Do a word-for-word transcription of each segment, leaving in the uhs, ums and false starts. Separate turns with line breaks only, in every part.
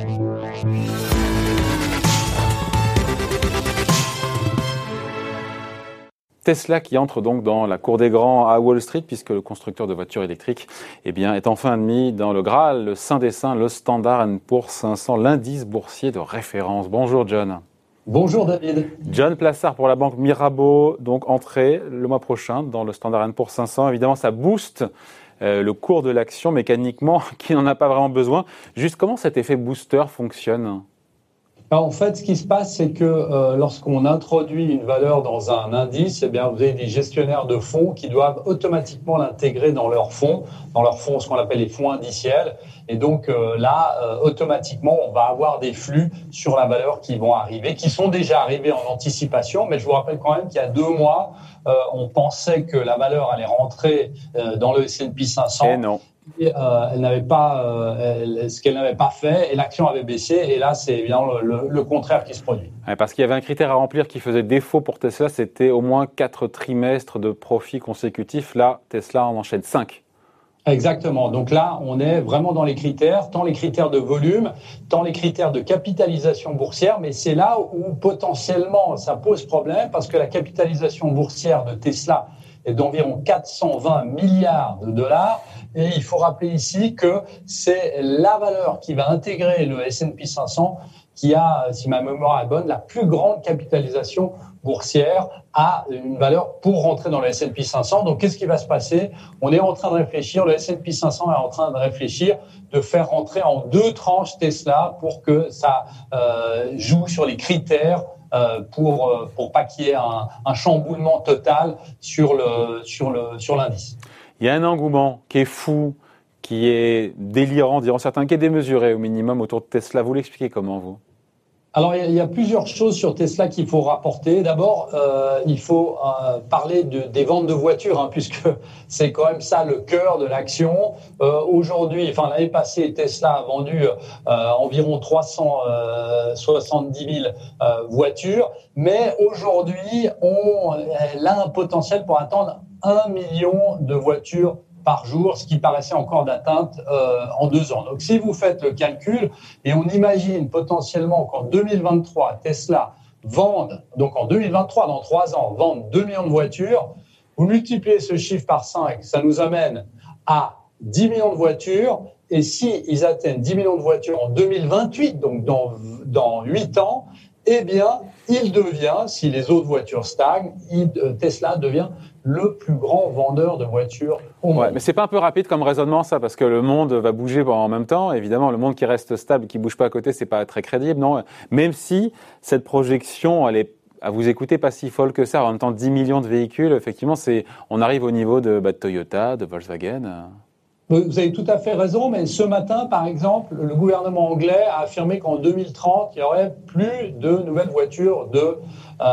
Tesla qui entre donc dans la cour des grands à Wall Street puisque le constructeur de voitures électriques eh bien, est enfin admis dans le Graal, le Saint des Saints, le Standard and Poor's cinq cents, l'indice boursier de référence. Bonjour John.
Bonjour David.
John Plassard pour la banque Mirabeau, donc entrée le mois prochain dans le Standard and Poor's cinq cents. Évidemment, ça booste euh, le cours de l'action mécaniquement qui n'en a pas vraiment besoin. Juste comment cet effet booster fonctionne ?
Alors, en fait, ce qui se passe, c'est que euh, lorsqu'on introduit une valeur dans un indice, eh bien, vous avez des gestionnaires de fonds qui doivent automatiquement l'intégrer dans leurs fonds, dans leurs fonds, ce qu'on appelle les fonds indiciels. Et donc euh, là, euh, automatiquement, on va avoir des flux sur la valeur qui vont arriver, qui sont déjà arrivés en anticipation. Mais je vous rappelle quand même qu'il y a deux mois, euh, on pensait que la valeur allait rentrer euh, dans le S and P cinq cents.
Et non.
Et, euh, elle n'avait pas euh, elle, ce qu'elle n'avait pas fait et l'action avait baissé et là c'est évidemment le, le, le contraire qui se produit.
Ouais, parce qu'il y avait un critère à remplir qui faisait défaut pour Tesla, c'était au moins quatre trimestres de profit consécutifs. Là, Tesla en enchaîne cinq.
Exactement. Donc là, on est vraiment dans les critères, tant les critères de volume, tant les critères de capitalisation boursière, mais c'est là où potentiellement ça pose problème parce que la capitalisation boursière de Tesla est d'environ quatre cent vingt milliards de dollars. Et il faut rappeler ici que c'est la valeur qui va intégrer le S and P cinq cents qui a, si ma mémoire est bonne, la plus grande capitalisation boursière à une valeur pour rentrer dans le S and P cinq cents. Donc, qu'est-ce qui va se passer ? On est en train de réfléchir, le S and P cinq cents est en train de réfléchir de faire rentrer en deux tranches Tesla pour que ça euh, joue sur les critères Euh, pour euh, pour pas qu'il y ait un, un chamboulement total sur le sur le sur l'indice.
Il y a un engouement qui est fou, qui est délirant, diront certains, qui est démesuré au minimum autour de Tesla. Vous l'expliquez comment, vous ?
Alors, il y a plusieurs choses sur Tesla qu'il faut rapporter. D'abord, euh, il faut euh, parler de, des ventes de voitures, hein, puisque c'est quand même ça le cœur de l'action. Euh, aujourd'hui, enfin l'année passée, Tesla a vendu euh, environ trois cent soixante-dix mille euh, voitures, mais aujourd'hui, on elle a un potentiel pour atteindre un million de voitures par jour, ce qui paraissait encore d'atteinte euh, en deux ans. Donc, si vous faites le calcul, et on imagine potentiellement qu'en deux mille vingt-trois, Tesla vende, donc en deux mille vingt-trois, dans trois ans, vende deux millions de voitures, vous multipliez ce chiffre par cinq, ça nous amène à dix millions de voitures, et si ils atteignent dix millions de voitures en deux mille vingt-huit, donc dans, dans huit ans, eh bien, il devient, si les autres voitures stagnent, il, euh, Tesla devient le plus grand vendeur de voitures au monde.
Ouais, mais c'est pas un peu rapide comme raisonnement, ça, parce que le monde va bouger en même temps. Évidemment, le monde qui reste stable, qui bouge pas à côté, c'est pas très crédible, non ? Même si cette projection, elle est, à vous écouter, pas si folle que ça. En même temps, dix millions de véhicules, effectivement, c'est, on arrive au niveau de, bah, de Toyota, de Volkswagen.
Vous avez tout à fait raison, mais ce matin, par exemple, le gouvernement anglais a affirmé qu'en deux mille trente, il n'y aurait plus de nouvelles voitures de euh,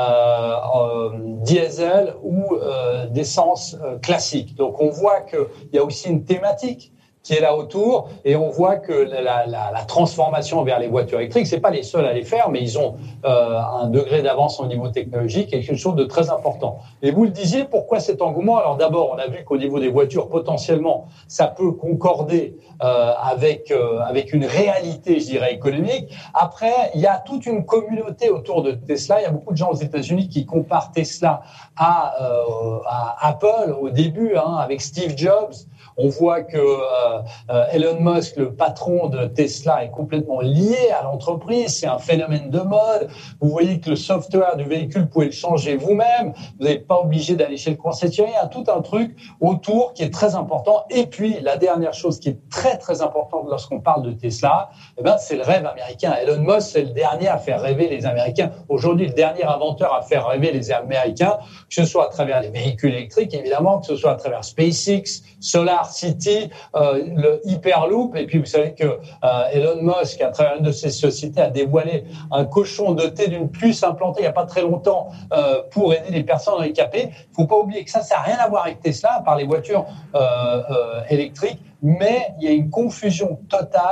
euh, diesel ou euh, d'essence euh, classique. Donc, on voit qu'il y a aussi une thématique qui est là autour, et on voit que la, la, la transformation vers les voitures électriques, c'est pas les seuls à les faire, mais ils ont euh, un degré d'avance au niveau technologique et quelque chose de très important. Et vous le disiez, pourquoi cet engouement ? Alors d'abord, on a vu qu'au niveau des voitures, potentiellement, ça peut concorder euh, avec euh, avec une réalité, je dirais, économique. Après, il y a toute une communauté autour de Tesla. Il y a beaucoup de gens aux États-Unis qui comparent Tesla à, euh, à Apple au début, hein, avec Steve Jobs. On voit que euh, euh, Elon Musk, le patron de Tesla, est complètement lié à l'entreprise. C'est un phénomène de mode. Vous voyez que le software du véhicule, vous pouvez le changer vous-même. Vous n'êtes pas obligé d'aller chez le concessionnaire. Il y a tout un truc autour qui est très important. Et puis, la dernière chose qui est très, très importante lorsqu'on parle de Tesla, eh ben, c'est le rêve américain. Elon Musk, c'est le dernier à faire rêver les Américains. Aujourd'hui, le dernier inventeur à faire rêver les Américains, que ce soit à travers les véhicules électriques, évidemment, que ce soit à travers SpaceX, Solar City, euh, le Hyperloop, et puis vous savez que euh, Elon Musk, à travers une de ses sociétés, a dévoilé un cochon doté d'une puce implantée il n'y a pas très longtemps euh, pour aider les personnes handicapées. Il ne faut pas oublier que ça, ça n'a rien à voir avec Tesla, à part les voitures euh, euh, électriques, mais il y a une confusion totale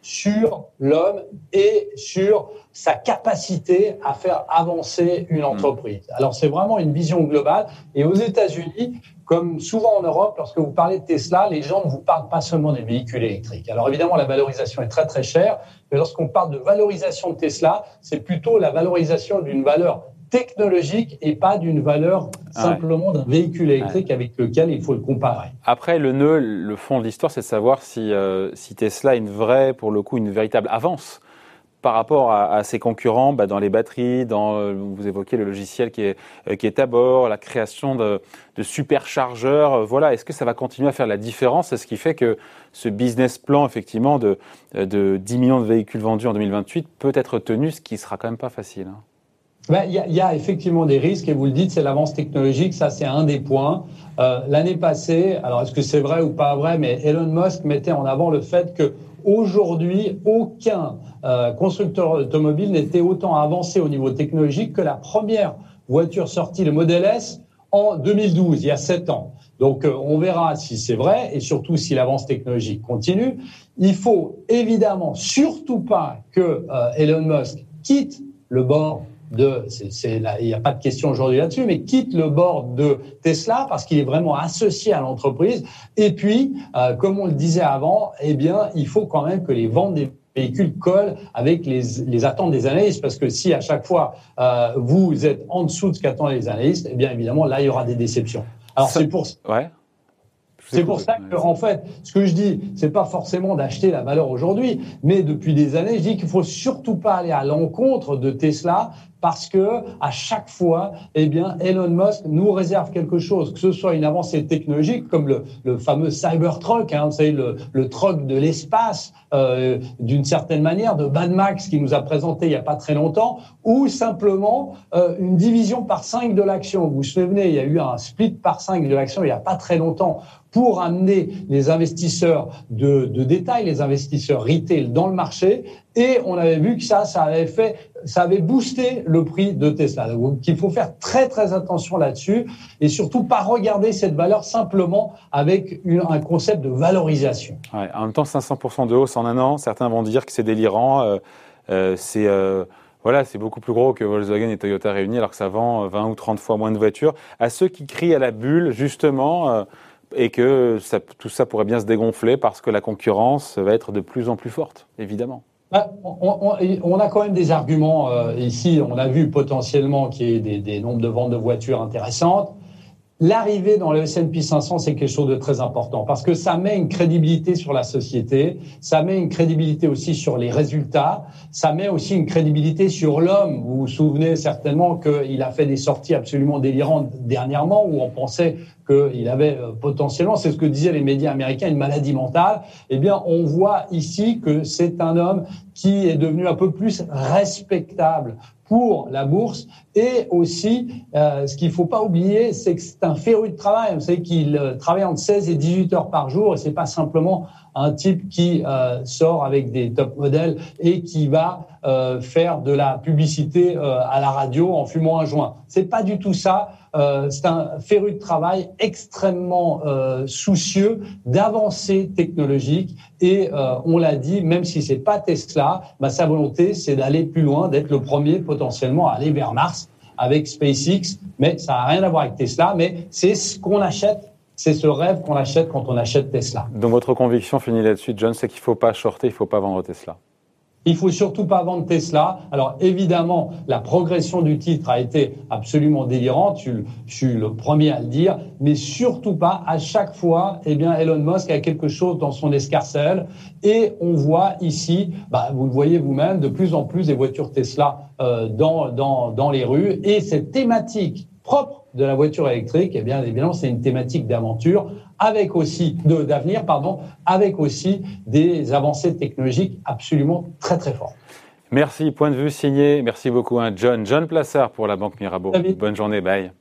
sur l'homme et sur sa capacité à faire avancer une entreprise. Alors, c'est vraiment une vision globale. Et aux États-Unis, comme souvent en Europe, lorsque vous parlez de Tesla, les gens ne vous parlent pas seulement des véhicules électriques. Alors, évidemment, la valorisation est très, très chère. Mais lorsqu'on parle de valorisation de Tesla, c'est plutôt la valorisation d'une valeur technologique et pas d'une valeur simplement ouais. d'un véhicule électrique ouais. avec lequel il faut le comparer.
Après, le nœud, le fond de l'histoire, c'est de savoir si, euh, si Tesla est une vraie, pour le coup, une véritable avance par rapport à, à ses concurrents bah, dans les batteries, dans, euh, vous évoquez le logiciel qui est, euh, qui est à bord, la création de, de superchargeurs. Euh, voilà, est-ce que ça va continuer à faire la différence ? C'est ce qui fait que ce business plan, effectivement, de, de dix millions de véhicules vendus en deux mille vingt-huit peut être tenu, ce qui sera quand même pas facile. Hein.
Ben, il y a, il y a effectivement des risques, et vous le dites, c'est l'avance technologique, ça c'est un des points. Euh, l'année passée, alors est-ce que c'est vrai ou pas vrai, mais Elon Musk mettait en avant le fait que aujourd'hui, aucun euh, constructeur automobile n'était autant avancé au niveau technologique que la première voiture sortie, le Model S, en deux mille douze, il y a sept ans. Donc, euh, on verra si c'est vrai et surtout si l'avance technologique continue. Il faut évidemment surtout pas que euh, Elon Musk quitte le bord de, c'est, c'est là, il n'y a pas de question aujourd'hui là-dessus, mais quitte le board de Tesla parce qu'il est vraiment associé à l'entreprise. Et puis, euh, comme on le disait avant, eh bien, il faut quand même que les ventes des véhicules collent avec les, les attentes des analystes, parce que si à chaque fois euh, vous êtes en dessous de ce qu'attendent les analystes, eh bien évidemment là il y aura des déceptions. Alors ça, c'est pour
ouais.
C'est pour ça que, en fait, ce que je dis, c'est pas forcément d'acheter la valeur aujourd'hui, mais depuis des années, je dis qu'il faut surtout pas aller à l'encontre de Tesla parce que à chaque fois, eh bien, Elon Musk nous réserve quelque chose, que ce soit une avancée technologique comme le, le fameux Cybertruck, hein, vous savez, le, le truck de l'espace, euh, d'une certaine manière, de Mad Max qui nous a présenté il y a pas très longtemps, ou simplement euh, une division par cinq de l'action. Vous vous souvenez, il y a eu un split par cinq de l'action il y a pas très longtemps pour amener les investisseurs de, de détail, les investisseurs retail dans le marché. Et on avait vu que ça, ça avait fait, ça avait boosté le prix de Tesla. Donc, il faut faire très, très attention là-dessus et surtout pas regarder cette valeur simplement avec une, un concept de valorisation.
Ouais, en même temps, cinq cents pour cent de hausse en un an, certains vont dire que c'est délirant. Euh, euh, c'est, euh, voilà, c'est beaucoup plus gros que Volkswagen et Toyota réunis alors que ça vend vingt ou trente fois moins de voitures. À ceux qui crient à la bulle, justement, euh, et que ça, tout ça pourrait bien se dégonfler parce que la concurrence va être de plus en plus forte, évidemment.
Bah, on, on, on a quand même des arguments euh, ici. On a vu potentiellement qu'il y ait des, des nombres de ventes de voitures intéressantes. L'arrivée dans le S and P cinq cents, c'est quelque chose de très important parce que ça met une crédibilité sur la société, ça met une crédibilité aussi sur les résultats, ça met aussi une crédibilité sur l'homme. Vous vous souvenez certainement qu'il a fait des sorties absolument délirantes dernièrement où on pensait qu'il avait potentiellement, c'est ce que disaient les médias américains, une maladie mentale. Eh bien, on voit ici que c'est un homme qui est devenu un peu plus respectable pour la bourse et aussi, euh, ce qu'il faut pas oublier, c'est que c'est un féru de travail. Vous savez qu'il euh, travaille entre seize et dix-huit heures par jour et c'est pas simplement un type qui euh, sort avec des top modèles et qui va euh, faire de la publicité euh, à la radio en fumant un joint. C'est pas du tout ça. Euh, c'est un féru de travail extrêmement euh, soucieux d'avancées technologiques et euh, on l'a dit, même si c'est pas Tesla, bah, sa volonté c'est d'aller plus loin, d'être le premier potentiellement à aller vers Mars avec SpaceX, mais ça n'a rien à voir avec Tesla, mais c'est ce qu'on achète. C'est ce rêve qu'on achète quand on achète Tesla.
Donc votre conviction finit là-dessus, John, c'est qu'il ne faut pas shorter, il ne faut pas vendre Tesla.
Il faut surtout pas vendre Tesla. Alors évidemment, la progression du titre a été absolument délirante. Je, je suis le premier à le dire, mais surtout pas à chaque fois. Eh bien, Elon Musk a quelque chose dans son escarcelle et on voit ici, bah, vous le voyez vous-même, de plus en plus des voitures Tesla euh, dans dans dans les rues et cette thématique propre de la voiture électrique, eh bien évidemment, c'est une thématique d'aventure avec aussi de d'avenir, pardon, avec aussi des avancées technologiques absolument très très fortes.
Merci, point de vue signé. Merci beaucoup, hein, John. John Plassard pour la Banque Mirabeau. Bonne journée, bye.